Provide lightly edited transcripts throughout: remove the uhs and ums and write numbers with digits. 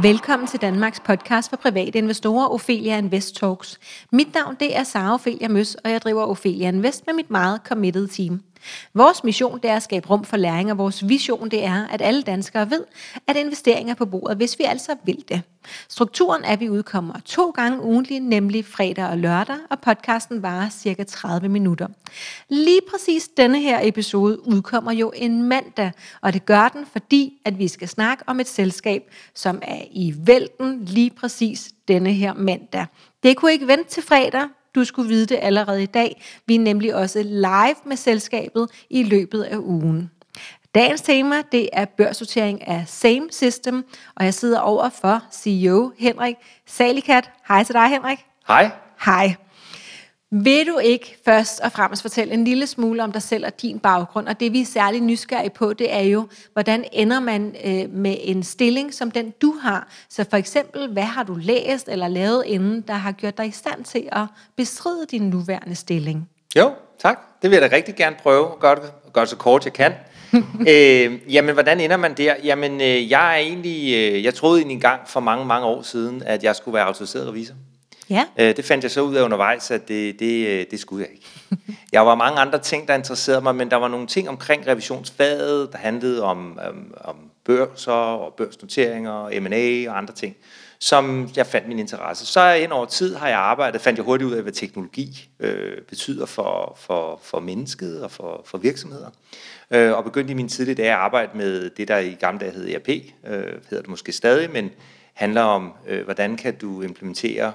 Velkommen til Danmarks podcast for private investorer, Ophelia Invest Talks. Mit navn det er Sara Ophelia Møs, og jeg driver Ophelia Invest med mit meget committed team. Vores mission det er at skabe rum for læring, og vores vision det er, at alle danskere ved, at investeringer er på bordet, hvis vi altså vil det. Strukturen er, at vi udkommer 2 gange ugentlig, nemlig fredag og lørdag, og podcasten varer cirka 30 minutter. Lige præcis denne her episode udkommer jo en mandag, og det gør den, fordi at vi skal snakke om et selskab, som er i vælten lige præcis denne her mandag. Det kunne ikke vente til fredag. Du skulle vide det allerede i dag. Vi er nemlig også live med selskabet i løbet af ugen. Dagens tema, det er børsnotering af Same System, og jeg sidder over for CEO Henrik Salikat. Hej til dig, Henrik. Hej. Hej. Vil du ikke først og fremmest fortælle en lille smule om dig selv og din baggrund? Og det vi er særlig nysgerrige på, det er jo, hvordan ender man med en stilling som den du har? Så for eksempel, hvad har du læst eller lavet inden, der har gjort dig i stand til at bestride din nuværende stilling? Jo, tak. Det vil jeg da rigtig gerne prøve at gøre så kort jeg kan. Jamen, hvordan ender man der? Jamen, jeg troede egentlig engang for mange år siden, at jeg skulle være autoriseret revisor. Ja. Det fandt jeg så ud af undervejs, at det skulle jeg ikke. Der var mange andre ting, der interesserede mig, men der var nogle ting omkring revisionsfaget, der handlede om børser og børsnoteringer, M&A og andre ting, som jeg fandt min interesse. Så hen over tid har jeg arbejdet, fandt jeg hurtigt ud af, hvad teknologi betyder for mennesket og for virksomheder. Og begyndte i mine tidlige dage at arbejde med det, der i gamle dage hed ERP, hedder det måske stadig, men handler om, hvordan kan du implementere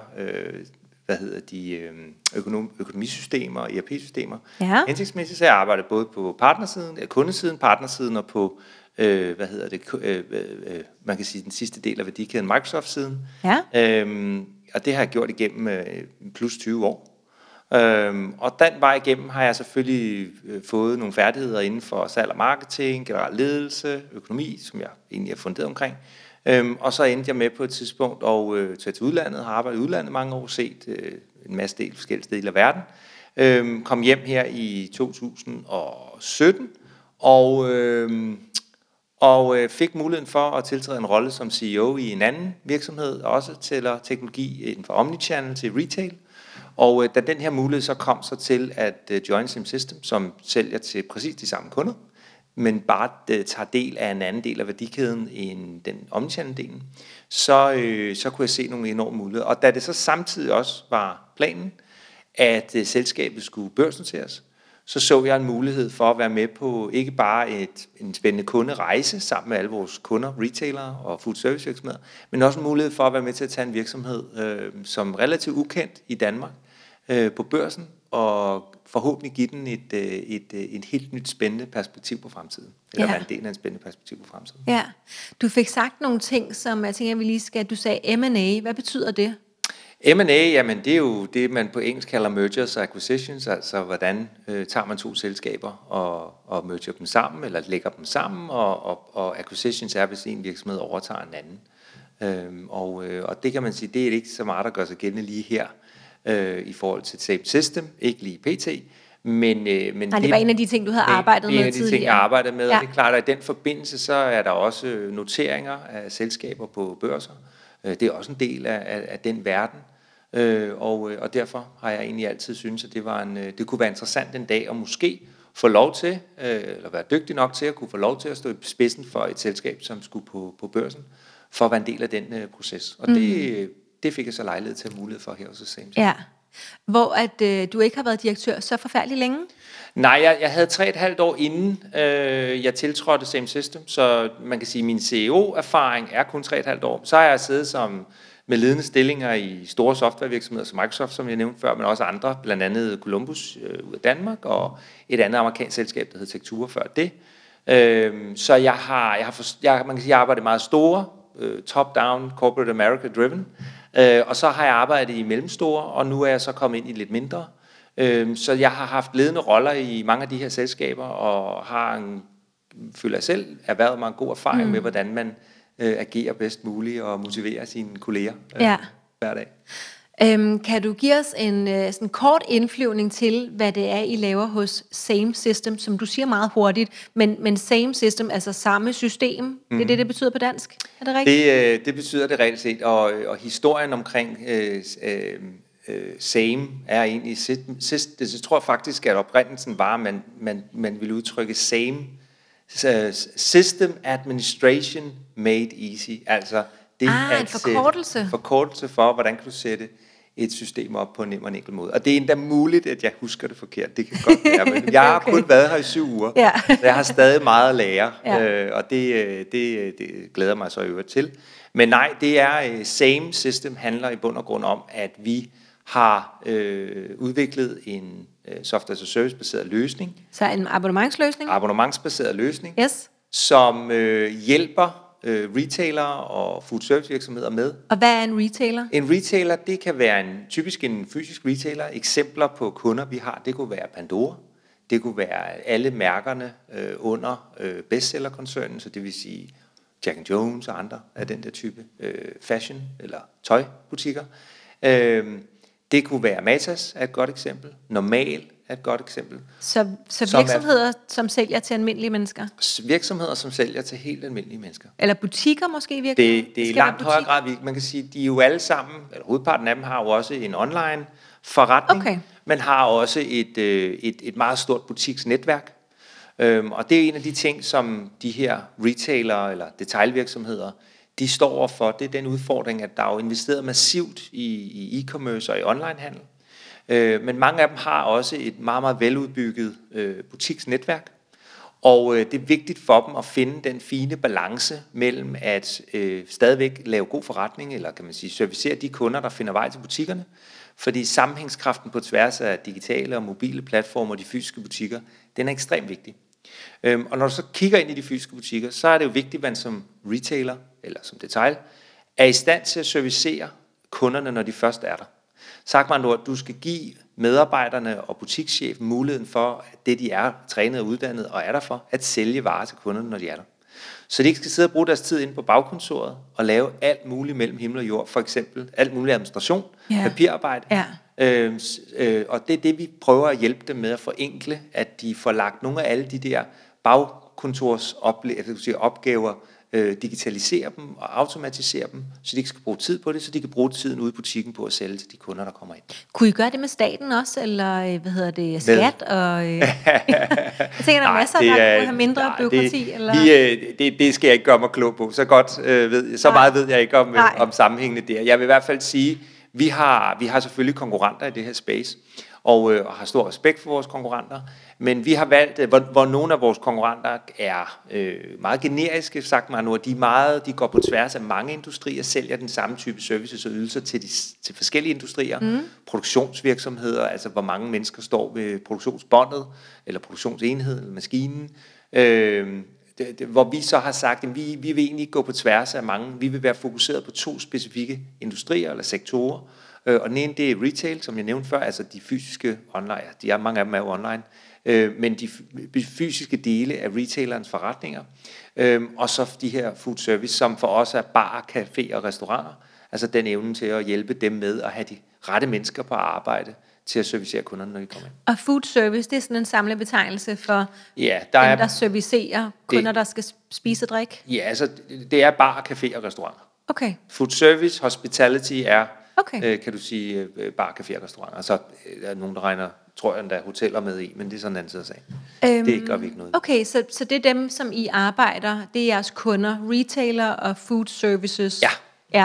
økonomisystemer og ERP-systemer. Ja. Hensigtsmæssigt, så jeg arbejder både på partnersiden og på man kan sige den sidste del af værdikæden Microsoft-siden. Ja. Og det har jeg gjort igennem plus 20 år. Og den vej igennem har jeg selvfølgelig fået nogle færdigheder inden for salg og marketing, generel ledelse, økonomi, som jeg egentlig er funderet omkring. Og så endte jeg med på et tidspunkt at tage til udlandet, har arbejdet i udlandet mange år, set en masse forskellige steder i verden. Kom hjem her i 2017 og fik muligheden for at tiltræde en rolle som CEO i en anden virksomhed, også til teknologi inden for omnichannel til retail. Og da den her mulighed så kom så til at join Same System, som sælger til præcis de samme kunder, men bare tager del af en anden del af værdikæden end den omnichannel-delen, så kunne jeg se nogle enorme muligheder. Og da det så samtidig også var planen, at selskabet skulle børsnoteres, så jeg en mulighed for at være med på ikke bare en spændende kunderejse sammen med alle vores kunder, retailere og food service virksomheder, men også en mulighed for at være med til at tage en virksomhed, som relativt ukendt i Danmark, på børsen, og forhåbentlig give den et helt nyt spændende perspektiv på fremtiden. Eller være en del af en spændende perspektiv på fremtiden. Ja. Du fik sagt nogle ting, som jeg tænker, vi lige skal... Du sagde M&A. Hvad betyder det? M&A, jamen det er jo det, man på engelsk kalder mergers og acquisitions, altså hvordan tager man 2 selskaber og merger dem sammen, eller lægger dem sammen, og acquisitions er, hvis en virksomhed overtager en anden. Og det kan man sige, det er ikke så meget, der gør sig gældende lige her, i forhold til Same System, ikke lige pt. Men det var en af de ting, du havde arbejdet med tidligere. En af de ting, jeg arbejdede med, og det er klart, at i den forbindelse, så er der også noteringer af selskaber på børser. Det er også en del af den verden, og derfor har jeg egentlig altid syntes, at det kunne være interessant en dag at måske få lov til, eller være dygtig nok til at kunne få lov til at stå i spidsen for et selskab, som skulle på børsen, for at være en del af den proces. Og det fik jeg så lejlighed til at mulighed for her hos Same. Ja. Hvor du ikke har været direktør så forfærdeligt længe? Nej, jeg havde 3,5 år inden jeg tiltrådte Same System, så man kan sige, at min CEO-erfaring er kun 3,5 år. Så har jeg siddet med ledende stillinger i store softwarevirksomheder som Microsoft, som jeg nævnte før, men også andre, blandt andet Columbus ud af Danmark, og et andet amerikansk selskab, der hed Tektura før det. Så jeg har arbejdet meget store, top-down, corporate America-driven, og så har jeg arbejdet i mellemstore, og nu er jeg så kommet ind i lidt mindre. Så jeg har haft ledende roller i mange af de her selskaber, og føler jeg selv, erhvervet mig en god erfaring med, hvordan man agerer bedst muligt og motiverer sine kolleger hver dag. Kan du give os en sådan kort indflyvning til, hvad det er, I laver hos Same System, som du siger meget hurtigt, men Same System, altså samme system, det er det betyder på dansk? Er det rigtigt? Det betyder det reelt set, og historien omkring same er egentlig, det tror jeg faktisk, at oprindelsen var, at man ville udtrykke same system administration made easy, altså det er en forkortelse for, hvordan kan du sætte et system op på en nem og enkel måde. Og det er endda muligt, at jeg husker det forkert. Det kan godt være, men jeg har kun været her i 7 uger, så jeg har stadig meget at lære, og det glæder mig så øvrigt til. Men nej, det er Same System handler i bund og grund om, at vi har udviklet en software as a service baseret løsning. Så en abonnementsløsning? Abonnementsbaseret løsning, yes. Som hjælper retailer og food service virksomheder med. Og hvad er en retailer? En retailer, det kan være typisk en fysisk retailer. Eksempler på kunder, vi har, det kunne være Pandora. Det kunne være alle mærkerne under bestsellerkoncernen, så det vil sige Jack & Jones og andre af den der type fashion- eller tøjbutikker. Det kunne være Matas er et godt eksempel. Normal er et godt eksempel. Så virksomheder, som sælger til almindelige mennesker? Virksomheder, som sælger til helt almindelige mennesker. Eller butikker måske virkelig? Det er i langt højere grad, man kan sige, de er jo alle sammen, eller hovedparten af dem har jo også en online forretning, men har også et meget stort butiksnetværk. Og det er en af de ting, som de her retailer eller detailvirksomheder, de står overfor. Det er den udfordring, at der er jo investeret massivt i e-commerce og i onlinehandel. Men mange af dem har også et meget, meget veludbygget butiksnetværk. Og det er vigtigt for dem at finde den fine balance mellem at stadigvæk lave god forretning, eller kan man sige, servicere de kunder, der finder vej til butikkerne. Fordi sammenhængskraften på tværs af digitale og mobile platformer og de fysiske butikker, den er ekstremt vigtig. Og når du så kigger ind i de fysiske butikker, så er det jo vigtigt, at man som retailer eller som detail er i stand til at servicere kunderne, når de først er der. Sagt man nu, at du skal give medarbejderne og butikschefen muligheden for, at det de er trænet og uddannet og er der for, at sælge varer til kunderne, når de er der. Så de ikke skal sidde og bruge deres tid inde på bagkontoret og lave alt muligt mellem himmel og jord, for eksempel alt muligt administration, papirarbejde. Og det er det, vi prøver at hjælpe dem med at forenkle, at de får lagt nogle af alle de der bagkontors opgaver, digitalisere dem og automatisere dem, så de ikke skal bruge tid på det, så de kan bruge tiden ude i butikken på at sælge til de kunder, der kommer ind. Kunne I gøre det med staten også, eller skat? Og, jeg tænker, der er masser, der kunne have mindre bureaukrati. Det skal jeg ikke gøre mig klog på. Så meget ved jeg ikke om sammenhængene der. Jeg vil i hvert fald sige, vi har selvfølgelig konkurrenter i det her space, og har stor respekt for vores konkurrenter, men vi har valgt, hvor nogle af vores konkurrenter er meget generiske, sagt man nu, de går på tværs af mange industrier, sælger den samme type services og ydelser til forskellige industrier, produktionsvirksomheder, altså hvor mange mennesker står ved produktionsbåndet, eller produktionsenheden, eller maskinen, hvor vi så har sagt, at vi vil egentlig gå på tværs af mange, vi vil være fokuseret på 2 specifikke industrier eller sektorer, og den ene, det er retail, som jeg nævnte før, altså de fysiske online, mange af dem er jo online, men de fysiske dele af retailerens forretninger, og så de her food service, som for os er bar, café og restauranter, altså den evne til at hjælpe dem med at have de rette mennesker på arbejde til at servicere kunderne, når de kommer ind. Og food service, det er sådan en samlebetegnelse for dem, der servicerer kunder, der skal spise og drikke? Ja, altså det er bar, café og restauranter. Okay. Food service, hospitality er, kan du sige, bar, café og restauranter. Så der er nogen, der regner, tror jeg, der er hoteller med i, men det er sådan en anden side af sagen. Det gør vi ikke noget. Okay, så det er dem, som I arbejder, det er jeres kunder, retailer og food services? Ja.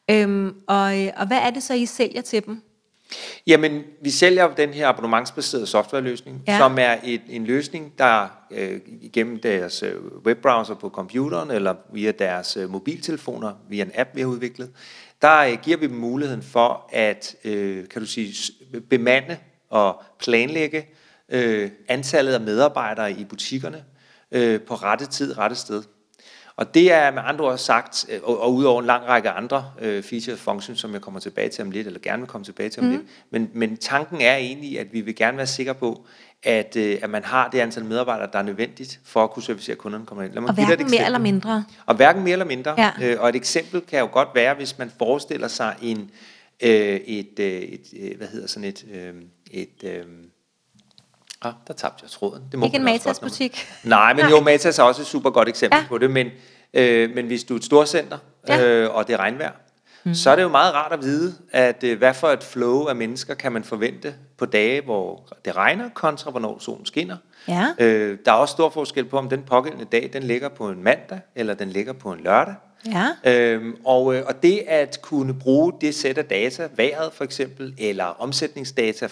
Og hvad er det så, I sælger til dem? Jamen, vi sælger den her abonnementsbaserede softwareløsning, som er en løsning, der gennem deres webbrowser på computeren eller via deres mobiltelefoner, via en app, vi har udviklet, der giver vi dem muligheden for at, kan du sige, bemande og planlægge antallet af medarbejdere i butikkerne på rette tid, rette sted. Og det er med andre ord sagt, og udover en lang række andre features og functions, som jeg kommer tilbage til om lidt, eller gerne vil komme tilbage til om lidt. Men tanken er egentlig, at vi vil gerne være sikre på, at man har det antal medarbejdere, der er nødvendigt for at kunne servicere kunderne kommer ind. Og hverken mere eller mindre. Og hverken mere eller mindre. Og et eksempel kan jo godt være, hvis man forestiller sig der tabte jeg tråden. Det må ikke en Matas-butik? Nej, men jo, Matas er også et super godt eksempel på det, men hvis du er et storcenter, og det er regnvejr, så er det jo meget rart at vide, at hvad for et flow af mennesker kan man forvente på dage, hvor det regner, kontra hvornår solen skinner. Ja. Der er også stor forskel på, om den pågældende dag, den ligger på en mandag, eller den ligger på en lørdag. Ja. Og det at kunne bruge det sæt af data, vejret for eksempel, eller omsætningsdata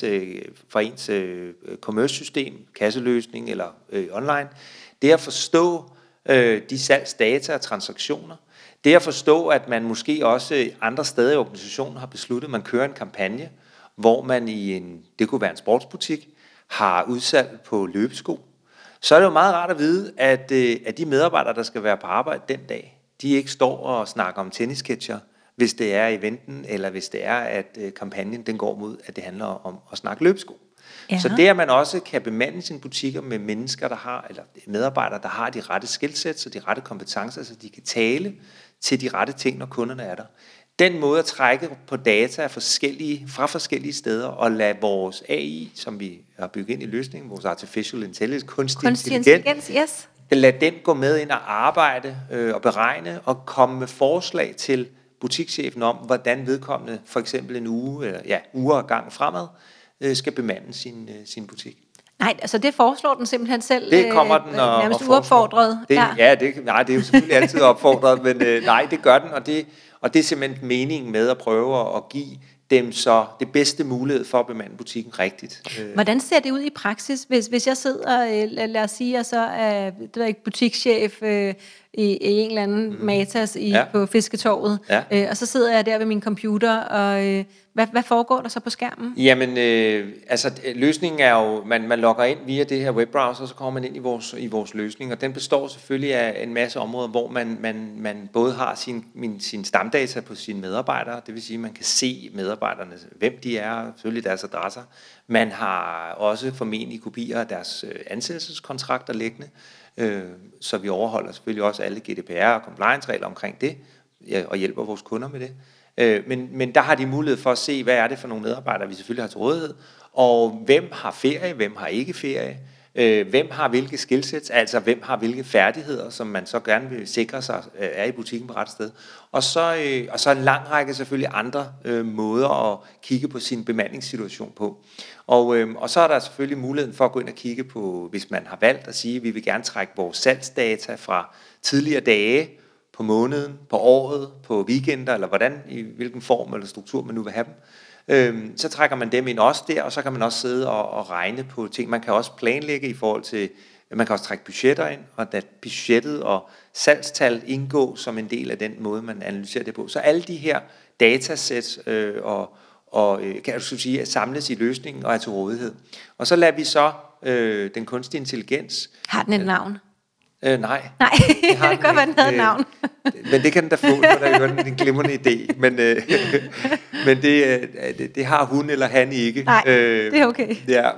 fra ens commerce-system, kasseløsning eller online, det at forstå de salgsdata og transaktioner, det at forstå, at man måske også andre steder i organisationen har besluttet, at man kører en kampagne, hvor man det kunne være en sportsbutik, har udsalg på løbesko, så er det jo meget rart at vide, at de medarbejdere, der skal være på arbejde den dag, de ikke står og snakker om tennisketcher, hvis det er eventen, eller hvis det er, at kampagnen den går mod, at det handler om at snakke løbesko. Ja. Så det, at man også kan bemande sine butikker med mennesker, der har, eller medarbejdere, der har de rette skillsets og de rette kompetencer, så de kan tale til de rette ting, når kunderne er der. Den måde at trække på data fra forskellige steder og lade vores AI, som vi har bygget ind i løsningen, vores Artificial Intelligence, kunstig intelligens, yes. Lad den gå med ind og arbejde og beregne og komme med forslag til butikschefen om, hvordan vedkommende for eksempel en uger og gang fremad skal bemande sin butik. Nej, altså det foreslår den simpelthen selv. Det kommer den nærmest uopfordret. Det er jo selvfølgelig altid opfordret, men nej, det gør den, og det er simpelthen meningen med at prøve at give dem så det bedste mulighed for at bemande butikken rigtigt. Hvordan ser det ud i praksis, hvis jeg sidder, lad os sige, jeg så er butikschef i en eller anden Matas på Fisketorvet, og så sidder jeg der ved min computer, og hvad foregår der så på skærmen? Jamen, løsningen er jo, man logger ind via det her webbrowser, så kommer man ind i vores løsning, og den består selvfølgelig af en masse områder, hvor man både har sin stamdata på sine medarbejdere, det vil sige, at man kan se medarbejderne, hvem de er, selvfølgelig deres adresser. Man har også formentlig kopier af deres ansættelseskontrakter liggende, så vi overholder selvfølgelig også alle GDPR og compliance-regler omkring det, og hjælper vores kunder med det. Men der har de mulighed for at se, hvad er det for nogle medarbejdere, vi selvfølgelig har til rådighed, og hvem har ferie, hvem har ikke ferie, hvem har hvilke skillsets, altså hvem har hvilke færdigheder, som man så gerne vil sikre sig er i butikken på ret sted. Og så en lang række selvfølgelig andre måder at kigge på sin bemandingssituation på. Og så er der selvfølgelig muligheden for at gå ind og kigge på, hvis man har valgt at sige, at vi vil gerne trække vores salgsdata fra tidligere dage, på måneden, på året, på weekender, eller i hvilken form eller struktur man nu vil have dem. Så trækker man dem ind også der, og så kan man også sidde og regne på ting. Man kan også planlægge i forhold til, man kan også trække budgetter ind, og da budgettet og salgstal indgå som en del af den måde, man analyserer det på. Så alle de her datasets kan du sige, samles i løsningen og er til rådighed. Og så lader vi så den kunstige intelligens... Har den et navn? Nej. Det kan godt være, den havde et navn. Men det kan den da få, når der er en glimrende idé. Men det har hun eller han ikke. Nej, det er okay. Ja,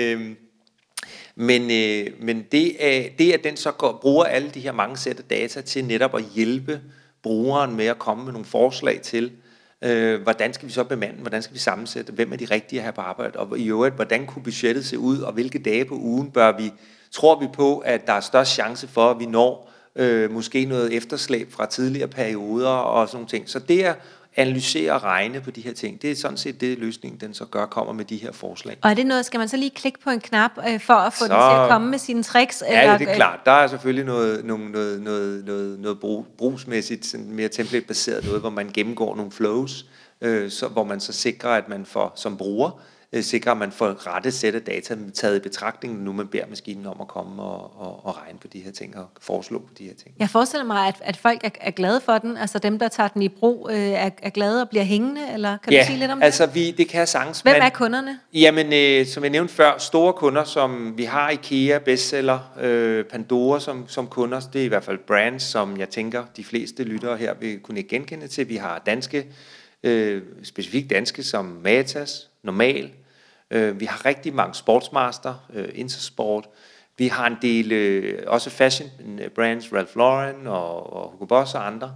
men det at den så bruger alle de her mange sæt af data til netop at hjælpe brugeren med at komme med nogle forslag til, hvordan skal vi så bemande, hvordan skal vi sammensætte, hvem er de rigtige her på arbejde, og i øvrigt, hvordan kunne budgettet se ud, og hvilke dage på ugen tror vi på, at der er størst chance for, at vi når måske noget efterslæb fra tidligere perioder og sådan nogle ting. Så det at analysere og regne på de her ting, det er sådan set det løsningen, den så kommer med de her forslag. Og er det noget, skal man så lige klikke på en knap for at få den til at komme med sine tricks? Ja, eller? Det er klart. Der er selvfølgelig noget brugsmæssigt, mere template-baseret noget, hvor man gennemgår nogle flows, hvor man så sikrer, at man som bruger sikrer, at man får rette sæt af data taget i betragtning, nu man beder maskinen om at komme og regne på de her ting og foreslå på de her ting. Jeg forestiller mig, at folk er glade for den, altså dem, der tager den i brug, er glade og bliver hængende, eller kan du sige lidt om det? Altså det kan jeg sagtens. Hvem er kunderne? Jamen, som jeg nævnte før, store kunder, som vi har IKEA, Bestseller, Pandora som kunder, det er i hvert fald brands, som jeg tænker, de fleste lyttere her vil kunne genkende til. Vi har danske, specifikt danske, som Matas, Normal. Vi har rigtig mange sportsmaster, Intersport. Vi har en del også fashion brands, Ralph Lauren og Hugo Boss og andre.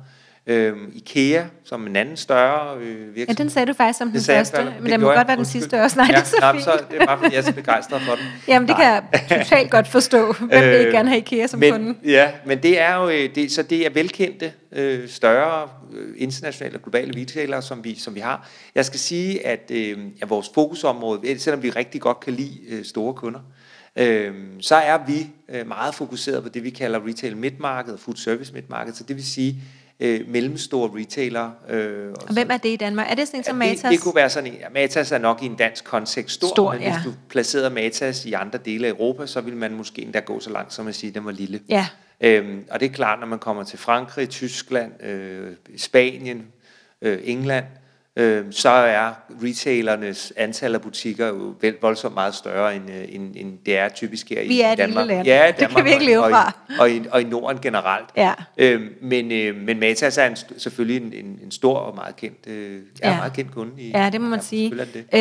IKEA, som en anden større virksomhed. Ja, den sagde du faktisk som den første, men det den må godt være den sidste også. Nej, det er så fint. Så det er bare fordi, jeg er så begejstret for den. Jamen, det kan jeg totalt godt forstå. Hvem vil ikke gerne have IKEA som kunde? Ja, men det er jo det er velkendte, større internationale og globale retailere, som vi har. Jeg skal sige, at vores fokusområde, selvom vi rigtig godt kan lide store kunder, så er vi meget fokuseret på det, vi kalder retail midmarket og food service midmarket. Så det vil sige mellemstore retailer. Og hvem er det i Danmark? Er det sådan en som Matas? Det kunne være sådan en. Matas er nok i en dansk kontekst stor, men ja. hvis du placerede Matas i andre dele af Europa, så vil man måske endda gå så langt som at sige, at den var lille. Ja. Og det er klart, når man kommer til Frankrig, Tyskland, Spanien, England, så er retailernes antal af butikker jo voldsomt meget større, end det er typisk her i Danmark. Vi er et lille land. Ja, det kan vi ikke leve fra. Og i Norden generelt. Ja. Men Matas er selvfølgelig en stor og meget kendt, meget kendt kunde. Ja, det må man sige.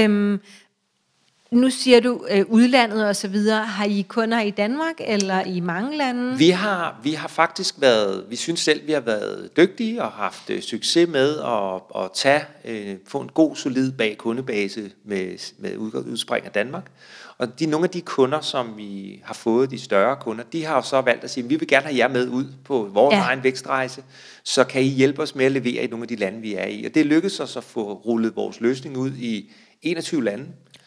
Nu siger du udlandet og så videre. Har I kunder i Danmark eller i mange lande? Vi har faktisk vi synes selv, vi har været dygtige og haft succes med at få en god, solid kundebase med udspring af Danmark. Og nogle af de kunder, som vi har fået, de større kunder, de har jo så valgt at sige, at vi vil gerne have jer med ud på vores egen vækstrejse, så kan I hjælpe os med at levere i nogle af de lande, vi er i. Og det lykkedes os at få rullet vores løsning ud i 21 lande.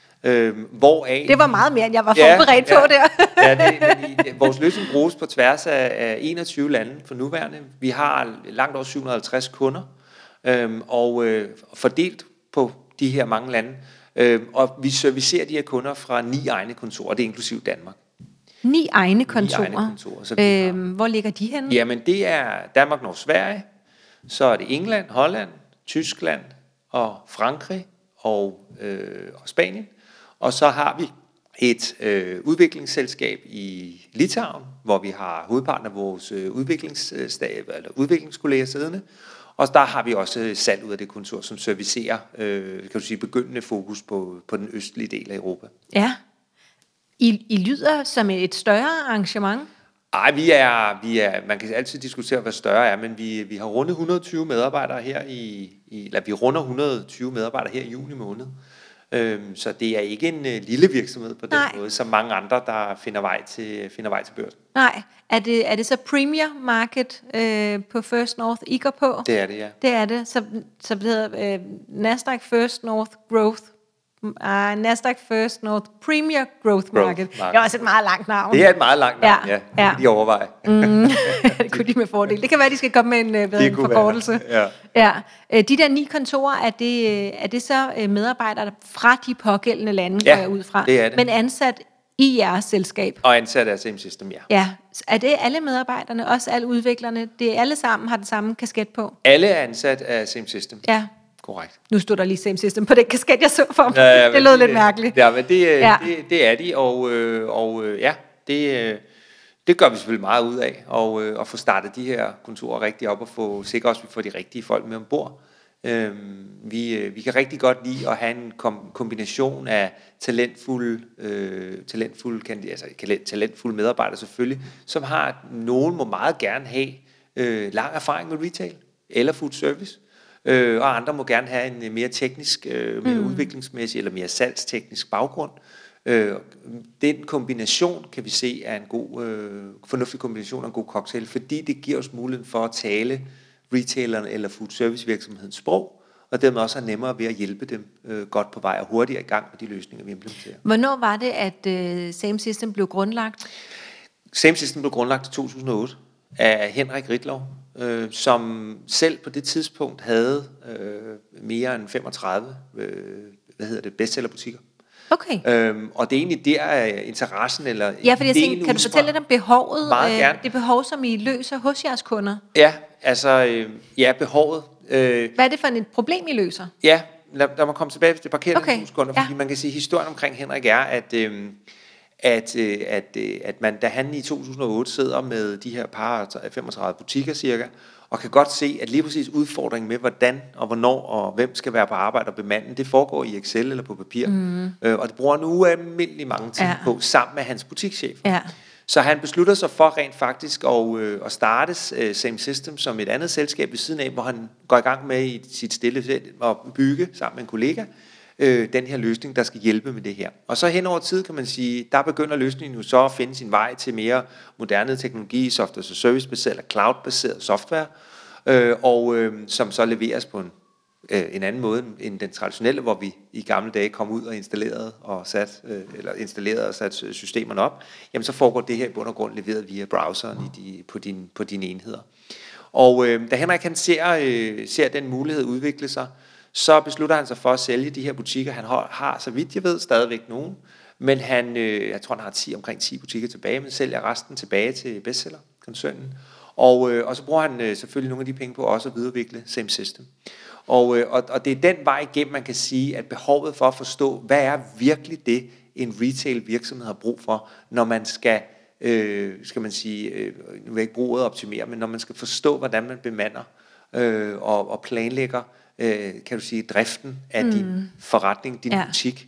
Det var meget mere, end jeg var forberedt på der. Vores løsning bruges på tværs af 21 lande for nuværende. Vi har langt over 750 kunder, og fordelt på de her mange lande. Og vi servicerer de her kunder fra 9 egne kontorer, det er inklusiv Danmark. 9 egne kontorer? Hvor ligger de henne? Jamen det er Danmark, Norge, Sverige, så er det England, Holland, Tyskland og Frankrig og Spanien. Og så har vi et udviklingsselskab i Litauen, hvor vi har hovedparten af vores udviklingskolleger siddende. Og der har vi også salg ud af det kontor, som servicerer, kan du sige, begyndende fokus på den østlige del af Europa. Ja. I lyder som et større arrangement? Ej, man kan altid diskutere, hvad større er, men vi har rundet 120 medarbejdere her vi runder 120 medarbejdere her i juni måned. Så det er ikke en lille virksomhed på den måde, som mange andre, der finder vej til børsen. Nej, er det så Premier Market på First North, I går på? Det er det, ja. Det er det, så det hedder Nasdaq First North Growth. Nasdaq First North Premier Growth Market. Det er også et meget langt navn. Det er et meget langt navn, ja. Det kan de overveje. Det kunne de med fordel. Det kan være, de skal komme med en forkortelse. Ja. De der 9 kontorer, er det så medarbejdere fra de pågældende lande, går jeg ud fra? Det er det. Men ansat i jeres selskab? Og ansat af Same System, ja. Ja. Er det alle medarbejderne, også alle udviklerne? Det er alle sammen har den samme kasket på? Alle er ansat af Same System. Ja. Korrekt. Nu stod der lige Same System på den kasket, jeg så for mig. Ja, det lød lidt mærkeligt. Ja, men det er de, og det gør vi selvfølgelig meget ud af, at få startet de her kontorer rigtig op, og få sikre os, at vi får de rigtige folk med ombord. Vi kan rigtig godt lide at have en kombination af talentfulde medarbejdere selvfølgelig, som nogen må meget gerne have lang erfaring med retail eller food service. Og andre må gerne have en mere teknisk, mere udviklingsmæssig eller mere salgsteknisk baggrund. Den kombination kan vi se er en fornuftig kombination af en god cocktail, fordi det giver os muligheden for at tale retaileren eller food service virksomhedens sprog, og dermed også er nemmere ved at hjælpe dem godt på vej og hurtigere i gang med de løsninger, vi implementerer. Hvornår var det, at Same System blev grundlagt? Same System blev grundlagt i 2008 af Henrik Ridlov, som selv på det tidspunkt havde mere end 35 bestsellerbutikker. Okay. Og det er egentlig der interessen eller ja, fordi jeg tænker, kan du fortælle lidt om behovet? Meget gerne. Det behov, som I løser hos jeres kunder? Ja, altså behovet. Hvad er det for et problem, I løser? Ja, lad mig komme tilbage til parkeringskunder, fordi man kan sige, at historien omkring Henrik er, at man, da han i 2008 sidder med de her 35 butikker cirka, og kan godt se, at lige præcis udfordringen med, hvordan og hvornår og hvem skal være på arbejde og bemanden, det foregår i Excel eller på papir. Og det bruger han ualmindelig mange timer på, sammen med hans butikschef. Ja. Så han beslutter sig for rent faktisk at starte Same System som et andet selskab ved siden af, hvor han går i gang med i sit stille selv at bygge sammen med en kollega den her løsning, der skal hjælpe med det her. Og så hen over tid kan man sige, der begynder løsningen jo så at finde sin vej til mere moderne teknologi, software as a service baseret eller cloud-baseret software, som så leveres på en anden måde end den traditionelle, hvor vi i gamle dage kom ud og installerede og satte systemerne op. Jamen så foregår det her i bund og grund leveret via browseren på dine enheder. Og da Henrik han ser den mulighed udvikle sig, så beslutter han sig for at sælge de her butikker. Han har, så vidt jeg ved, stadigvæk nogen, men jeg tror, han har omkring 10 butikker tilbage, men sælger resten tilbage til Bestseller-koncernen. Og så bruger han selvfølgelig nogle af de penge på også at videreudvikle Same System. Og det er den vej igennem, man kan sige, at behovet for at forstå, hvad er virkelig det, en retail virksomhed har brug for, når man skal man sige, nu vil jeg ikke bruge ordet optimere, men når man skal forstå, hvordan man bemander og planlægger, kan du sige, driften af din forretning, din butik,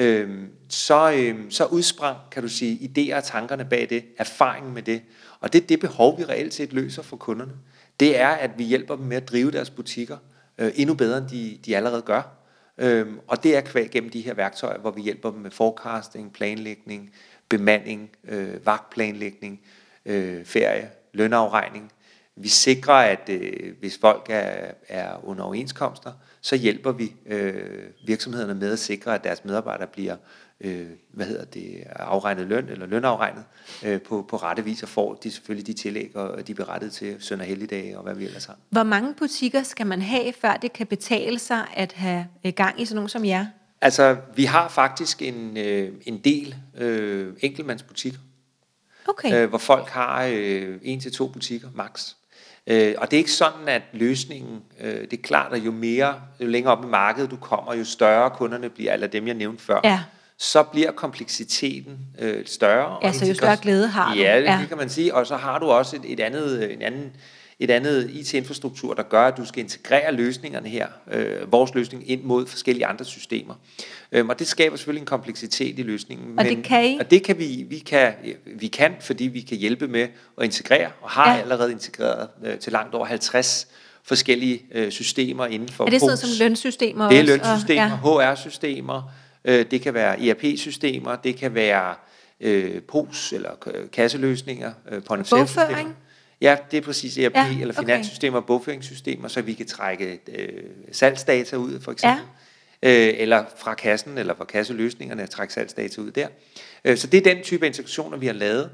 så udsprang, kan du sige, idéer og tankerne bag det, erfaringen med det, og det er det behov, vi reelt set løser for kunderne. Det er, at vi hjælper dem med at drive deres butikker endnu bedre, end de allerede gør. Og det er kvæg gennem de her værktøjer, hvor vi hjælper dem med forecasting, planlægning, bemanding, vagtplanlægning, ferie, lønafregning. Vi sikrer, at hvis folk er under overenskomster, så hjælper vi virksomhederne med at sikre, at deres medarbejdere bliver afregnet løn eller lønafregnet på rette vis, og får de selvfølgelig de tillæg, og de er berettiget til søn- og helligdage og hvad vi ellers har. Hvor mange butikker skal man have, før det kan betale sig at have gang i sådan nogen som jer? Altså, vi har faktisk en del enkeltmandsbutikker, hvor folk har 1 til 2 butikker max. Og det er ikke sådan, at løsningen, det er klart, at jo længere op i markedet du kommer, jo større kunderne bliver, eller dem jeg nævnte før, så bliver kompleksiteten større. Ja, så jo større glæde har du. Ja, det kan man sige, og så har du også et andet IT-infrastruktur, der gør, at du skal integrere løsningerne her, vores løsning, ind mod forskellige andre systemer. Og det skaber selvfølgelig en kompleksitet i løsningen. Og det kan I? Og det kan vi kan, fordi vi kan hjælpe med at integrere, og har allerede integreret til langt over 50 forskellige systemer inden for. Er det sådan som lønsystemer? Det er lønsystemer, HR-systemer, det kan være ERP-systemer, det kan være POS eller kasseløsninger, bogføring? Ja, det er præcis ERP eller finanssystemer og bogføringssystemer, så vi kan trække salgsdata ud, for eksempel. Eller fra kassen, eller fra kasseløsningerne, trække salgsdata ud der. Så det er den type integrationer, vi har lavet.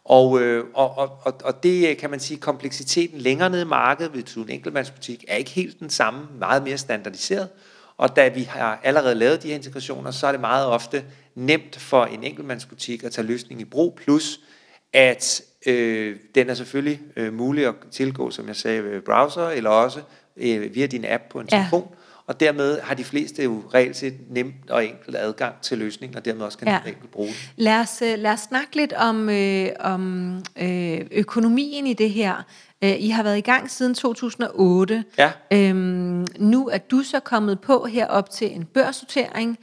Og det kan man sige, kompleksiteten længere nede i markedet ved en enkeltmandsbutik er ikke helt den samme, meget mere standardiseret. Og da vi har allerede lavet de her integrationer, så er det meget ofte nemt for en enkeltmandsbutik at tage løsningen i brug, plus at den er selvfølgelig mulig at tilgå, som jeg sagde, ved browser, eller også via din app på en telefon. Og dermed har de fleste jo reelt set nemt og enkelt adgang til løsningen, og dermed også kan de enkelt bruge det. Lad os snakke lidt om økonomien i det her. I har været i gang siden 2008. Ja. Nu er du så kommet på herop til en børsnotering.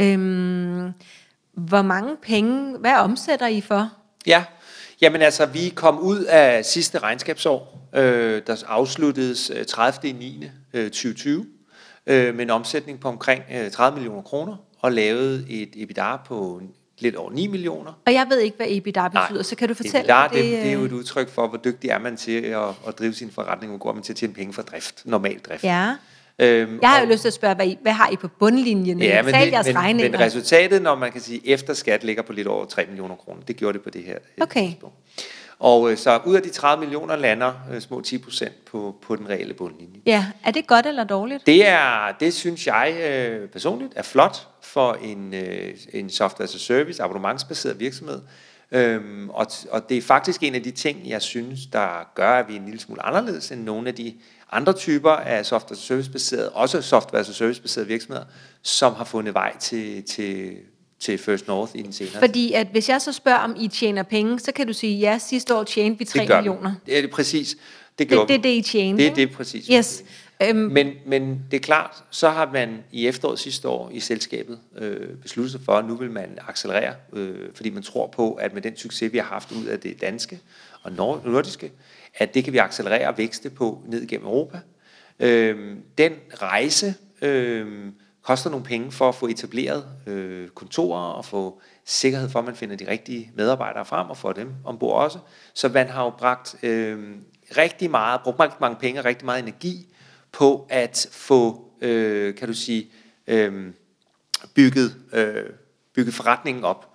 Hvor mange penge, hvad omsætter I for? Ja, jamen altså, vi kom ud af sidste regnskabsår, der afsluttedes 30.9.2020, med en omsætning på omkring 30 millioner kroner, og lavede et EBITDA på lidt over 9 millioner. Og jeg ved ikke, hvad EBITDA betyder, så kan du fortælle mig det? Det er jo et udtryk for, hvor dygtig er man til at drive sin forretning, hvor går man til at tjene penge for drift, normal drift. Ja. Jeg har jo lyst til at spørge, hvad har I på bundlinjen? Ja, men resultatet, når man kan sige, efter skat ligger på lidt over 3 millioner kroner, det gjorde det på det her tidspunkt. Og så ud af de 30 millioner lander små 10% på den reelle bundlinje. Ja, er det godt eller dårligt? Det synes jeg personligt er flot for en software as a service, abonnementsbaseret virksomhed. Og det er faktisk en af de ting, jeg synes, der gør, at vi er en lille smule anderledes end nogle af de andre typer af software as a service baseret, også software as a service baserede virksomheder, som har fundet vej til First North i den senere. Fordi at hvis jeg så spørger, om I tjener penge, så kan du sige, ja, sidste år tjente vi 3 millioner. Det er det præcis. Det er det, I tjener. Det er det præcis. Yes. Men det er klart, så har man i efteråret sidste år i selskabet besluttet sig for, at nu vil man accelerere, fordi man tror på, at med den succes, vi har haft ud af det danske og nordiske, at det kan vi accelerere og vækste på ned igennem Europa. Den rejse koster nogle penge for at få etableret kontorer og få sikkerhed for, at man finder de rigtige medarbejdere frem og får dem ombord også. Så man har jo brugt rigtig mange penge og rigtig meget energi på at få, kan du sige, bygget forretningen op.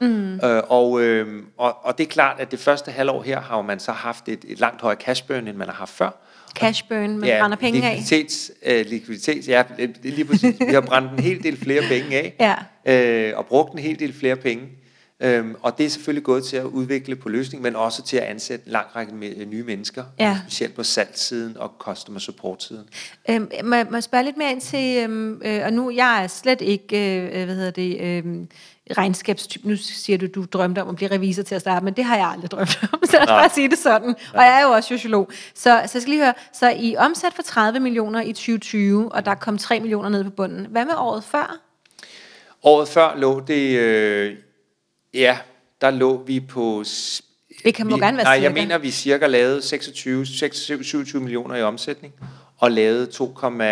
Og det er klart, at det første halvår her har man så haft et langt højere cash burn, end man har haft før. Cash burn, man brænder penge af. Likviditet, ja, lige præcis. Vi har brændt en hel del flere penge af, og brugt en hel del flere penge. Og det er selvfølgelig gået til at udvikle på løsning, men også til at ansætte en lang række nye mennesker, specielt på salgssiden og customer support siden. Må jeg spørge lidt mere ind til, og nu, jeg er slet ikke, regnskabstype. Nu siger du drømte om at blive revisor til at starte, men det har jeg aldrig drømt om, så lad os bare sige det sådan. Og jeg er jo også sociolog. Så jeg skal lige høre, så I omsat for 30 millioner i 2020, og der kom 3 millioner ned på bunden. Hvad med året før? Året før lå det... der lå vi på... Det kan må gerne være cirka. Jeg mener, vi cirka lavede 26 millioner i omsætning, og lavede 2,5,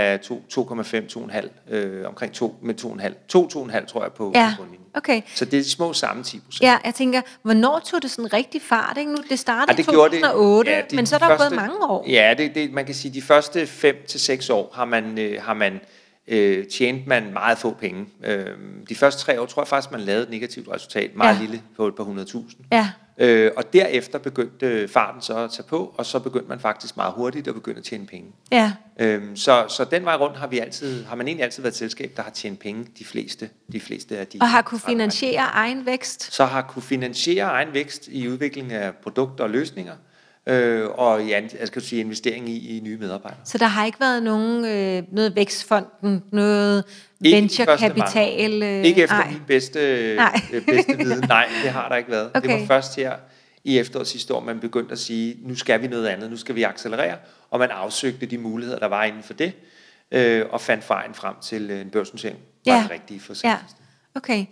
2,5, omkring 2 med 2,5 tror jeg på bundlinjen. Okay. Så det er de små samme 10%. Ja, jeg tænker, hvornår tog det sådan rigtig fart? Ikke? Nu, det startede i 2008, men så er der gået mange år. Ja, man kan sige, de første 5 til 6 år har man tjente man meget få penge. De første 3 år tror jeg faktisk, man lavede et negativt resultat, meget lille, på et par 100.000. Ja. Og derefter begyndte farten så at tage på, og så begyndte man faktisk meget hurtigt at begynde at tjene penge. Ja. Så den vej rundt har man egentlig altid været et selskab, der har tjent penge de fleste af de... Og har kunne finansiere egen vækst? Så har kunne finansiere egen vækst i udvikling af produkter og løsninger, og jeg skal sige investering i nye medarbejdere. Så der har ikke været noget vækstfonden, noget venturekapital? Ikke efter min bedste viden. Nej, det har der ikke været. Okay. Det var først her i efteråret sidste år, man begyndte at sige, nu skal vi noget andet, nu skal vi accelerere, og man afsøgte de muligheder, der var inden for det, og fandt vejen frem til en børsnotering. Var det rigtige for sig. Okay.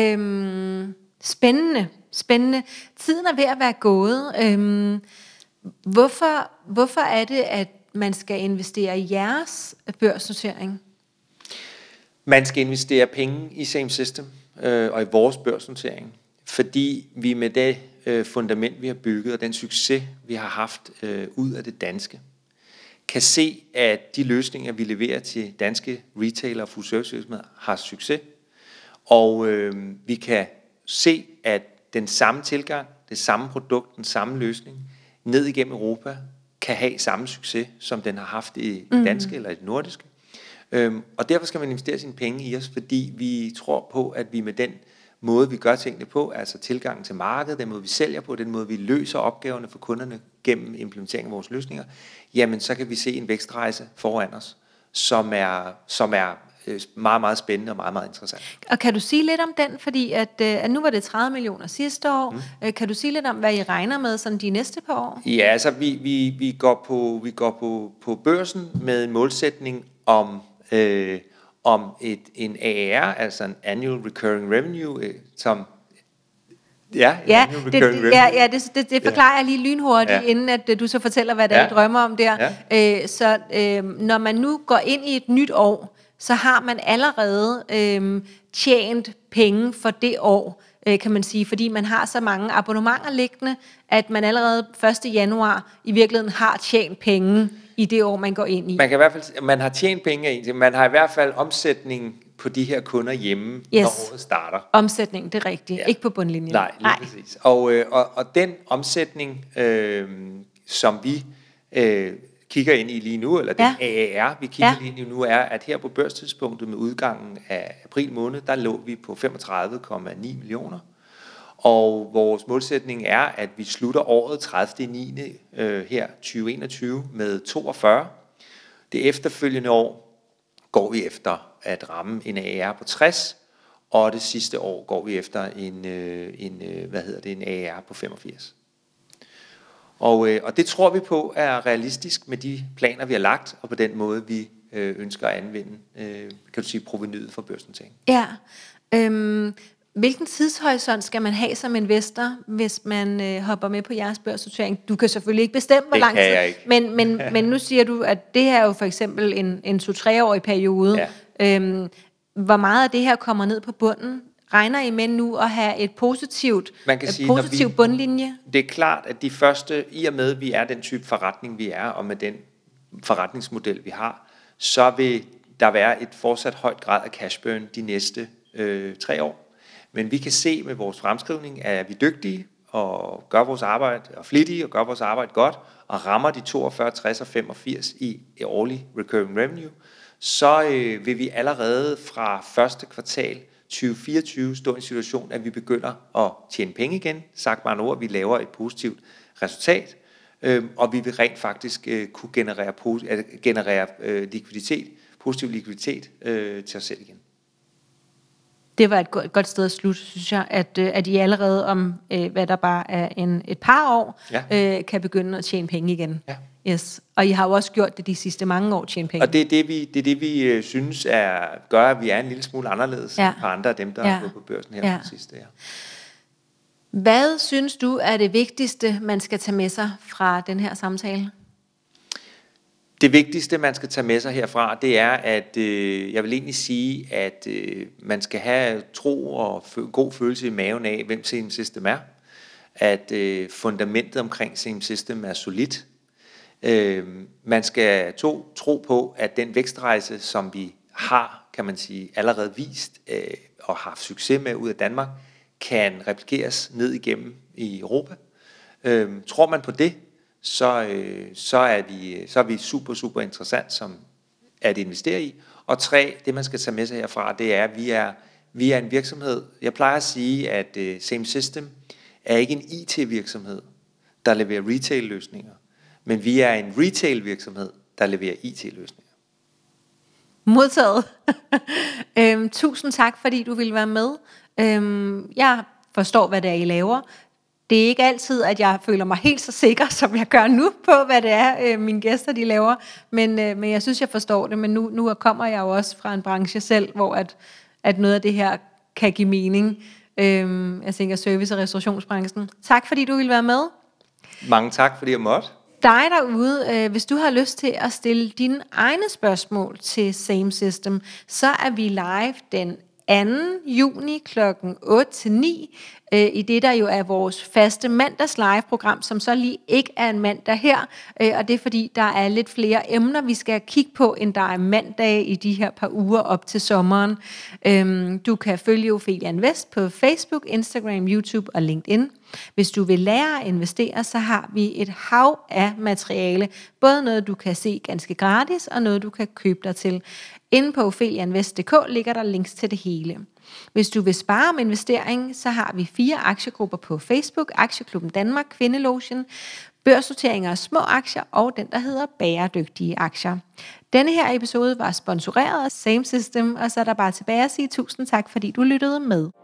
Spændende. Tiden er ved at være gået. Hvorfor er det, at man skal investere i jeres børsnotering? Man skal investere penge i Same System og i vores børsnotering, fordi vi med det fundament, vi har bygget, og den succes, vi har haft ud af det danske, kan se, at de løsninger, vi leverer til danske retailer og food service virksomheder, har succes. Og vi kan se, at den samme tilgang, det samme produkt, den samme løsning, ned igennem Europa, kan have samme succes, som den har haft i det danske eller i det nordiske. Og derfor skal man investere sine penge i os, fordi vi tror på, at vi med den måde, vi gør tingene på, altså tilgangen til markedet, den måde, vi sælger på, den måde, vi løser opgaverne for kunderne gennem implementering af vores løsninger, jamen så kan vi se en vækstrejse foran os, som er meget, meget spændende og meget, meget interessant. Og kan du sige lidt om den, fordi at nu var det 30 millioner sidste år. Kan du sige lidt om, hvad I regner med sådan de næste par år? Ja, altså vi går på børsen med en målsætning om en ARR, altså en Annual Recurring Revenue, som... Det forklarer jeg lige lynhurtigt, inden at du så fortæller, hvad det er, I drømmer om der. Når man nu går ind i et nyt år, så har man allerede tjent penge for det år, kan man sige, fordi man har så mange abonnementer liggende, at man allerede 1. januar i virkeligheden har tjent penge i det år, man går ind i. Man har tjent penge af, man har i hvert fald omsætning på de her kunder hjemme, når året starter. Omsætning, det er rigtigt. Ikke på bundlinjen. Nej, lige præcis. Og den omsætning, som vi kigger ind i lige nu, eller den ARR, vi kigger ind i nu, er, at her på børstidspunktet med udgangen af april måned, der lå vi på 35,9 millioner. Og vores målsætning er, at vi slutter året 30.9. Her 2021 med 42. Det efterfølgende år går vi efter at ramme en ARR på 60, og det sidste år går vi efter en ARR på 85. Og det tror vi på er realistisk med de planer, vi har lagt, og på den måde, vi ønsker at anvende, kan du sige, provenyet fra børsnoteringen. Ja. Hvilken tidshorisont skal man have som investor, hvis man hopper med på jeres børsnotering? Du kan selvfølgelig ikke bestemme, hvor lang tid. Det kan jeg ikke. Men nu siger du, at det her er jo for eksempel en 2-3-årig periode. Ja. Hvor meget af det her kommer ned på bunden? Regner I med nu at have et positiv bundlinje? Det er klart, at de første, i og med at vi er den type forretning, vi er, og med den forretningsmodel, vi har, så vil der være et fortsat højt grad af cash burn de næste 3 år. Men vi kan se med vores fremskrivning, at vi er dygtige og gør vores arbejde, og flittige og gør vores arbejde godt, og rammer de 42, 60 og 85 i årlig recurring revenue, så vil vi allerede fra første kvartal 2024 stå i en situation, at vi begynder at tjene penge igen. Sagt med andre ord, vi laver et positivt resultat, og vi vil rent faktisk kunne generere positiv likviditet til os selv igen. Det var et godt sted at slutte, synes jeg, at I allerede om, hvad der bare er et par år, kan begynde at tjene penge igen. Ja. Yes. Og I har jo også gjort det de sidste mange år, tjene penge. Og det er det, vi synes gør, at vi er en lille smule anderledes end andre af dem, der har gået på børsen her på sidste. Ja. Hvad synes du er det vigtigste, man skal tage med sig fra den her samtale? Det vigtigste, man skal tage med sig herfra, det er, at jeg vil egentlig sige, at man skal have tro og god følelse i maven af, hvem CM System er. At fundamentet omkring CM System er solidt. Man skal tro på, at den vækstrejse, som vi har, kan man sige, allerede vist og har haft succes med ud af Danmark, kan replikeres ned igennem i Europa. Tror man på det, så er vi super, super interessant som at investere i. Og 3, det man skal tage med sig herfra, det er, at vi er en virksomhed. Jeg plejer at sige, at CM System er ikke en IT-virksomhed, der leverer retail-løsninger, men vi er en retail-virksomhed, der leverer IT-løsninger. Modtaget. Tusind tak, fordi du ville være med. Jeg forstår, hvad det er, I laver. Det er ikke altid, at jeg føler mig helt så sikker, som jeg gør nu, på hvad det er, mine gæster de laver. Men jeg synes, jeg forstår det. Men nu kommer jeg jo også fra en branche selv, hvor at noget af det her kan give mening. Jeg tænker service- og restaurationsbranchen. Tak, fordi du ville være med. Mange tak, fordi jeg måtte. Dig derude, hvis du har lyst til at stille dine egne spørgsmål til CM System, så er vi live den 2. juni kl. 8-9, i det der jo er vores faste mandags live-program, som så lige ikke er en mandag her, og det er fordi, der er lidt flere emner, vi skal kigge på, end der er mandag i de her par uger op til sommeren. Du kan følge Ophelia Invest på Facebook, Instagram, YouTube og LinkedIn. Hvis du vil lære at investere, så har vi et hav af materiale, både noget du kan se ganske gratis, og noget du kan købe dig til. Inde på opheliainvest.dk ligger der links til det hele. Hvis du vil spare om investering, så har vi 4 aktiegrupper på Facebook, Aktieklubben Danmark, Kvindelogen, børsnoteringer af små aktier og den, der hedder bæredygtige aktier. Denne her episode var sponsoreret af CM System, og så er der bare tilbage at sige tusind tak, fordi du lyttede med.